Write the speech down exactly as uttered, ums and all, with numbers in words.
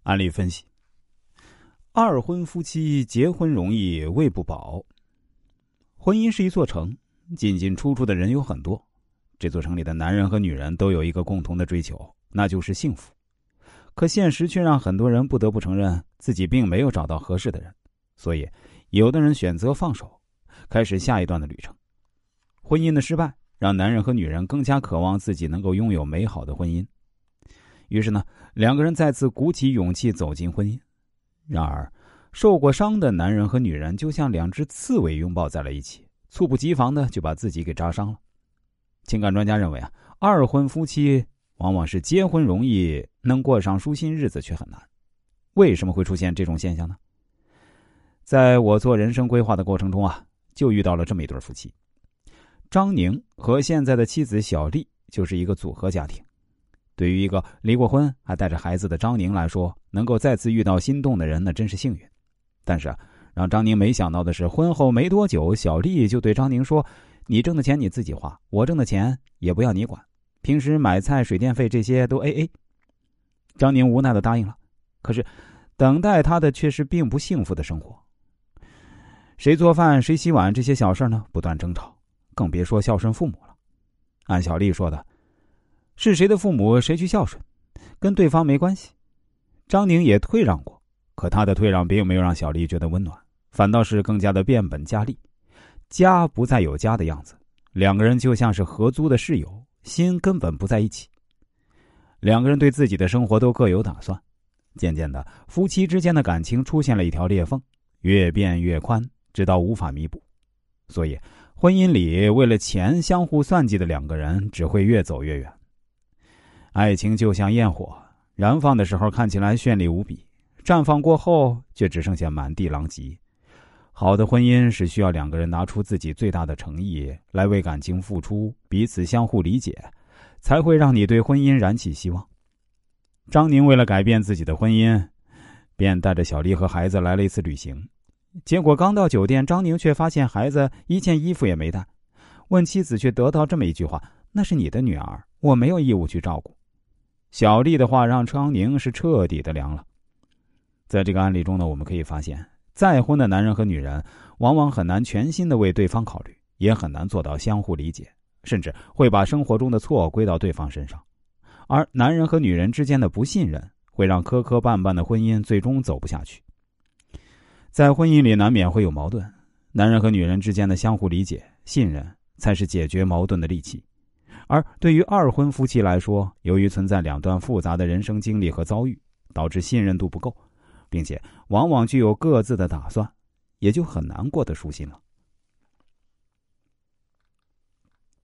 案例分析：二婚夫妻结婚容易未不保。婚姻是一座城，进进出出的人有很多，这座城里的男人和女人都有一个共同的追求，那就是幸福。可现实却让很多人不得不承认自己并没有找到合适的人，所以有的人选择放手，开始下一段的旅程。婚姻的失败让男人和女人更加渴望自己能够拥有美好的婚姻，于是呢，两个人再次鼓起勇气走进婚姻。然而受过伤的男人和女人就像两只刺猬拥抱在了一起，猝不及防的就把自己给扎伤了。情感专家认为啊，二婚夫妻往往是结婚容易，能过上舒心日子却很难。为什么会出现这种现象呢？在我做人生规划的过程中啊，就遇到了这么一对夫妻。张宁和现在的妻子小丽就是一个组合家庭。对于一个离过婚还带着孩子的张宁来说，能够再次遇到心动的人那真是幸运。但是啊，让张宁没想到的是，婚后没多久，小丽就对张宁说，你挣的钱你自己花，我挣的钱也不要你管，平时买菜水电费这些都 A A。 张宁无奈地答应了，可是等待他的却是并不幸福的生活。谁做饭谁洗碗这些小事呢，不断争吵，更别说孝顺父母了。按小丽说的，是谁的父母谁去孝顺，跟对方没关系。张宁也退让过，可他的退让并没有让小丽觉得温暖，反倒是更加的变本加厉。家不再有家的样子，两个人就像是合租的室友，心根本不在一起。两个人对自己的生活都各有打算，渐渐的，夫妻之间的感情出现了一条裂缝，越变越宽，直到无法弥补。所以婚姻里为了钱相互算计的两个人只会越走越远。爱情就像焰火，燃放的时候看起来绚丽无比，绽放过后却只剩下满地狼藉。好的婚姻是需要两个人拿出自己最大的诚意来为感情付出，彼此相互理解，才会让你对婚姻燃起希望。张宁为了改变自己的婚姻，便带着小丽和孩子来了一次旅行。结果刚到酒店，张宁却发现孩子一件衣服也没带，问妻子却得到这么一句话，那是你的女儿，我没有义务去照顾。小丽的话让张宁是彻底的凉了。在这个案例中呢，我们可以发现，再婚的男人和女人往往很难全心的为对方考虑，也很难做到相互理解，甚至会把生活中的错归到对方身上。而男人和女人之间的不信任会让磕磕绊绊的婚姻最终走不下去。在婚姻里难免会有矛盾，男人和女人之间的相互理解、信任才是解决矛盾的利器。而对于二婚夫妻来说，由于存在两段复杂的人生经历和遭遇，导致信任度不够，并且往往具有各自的打算，也就很难过得舒心了。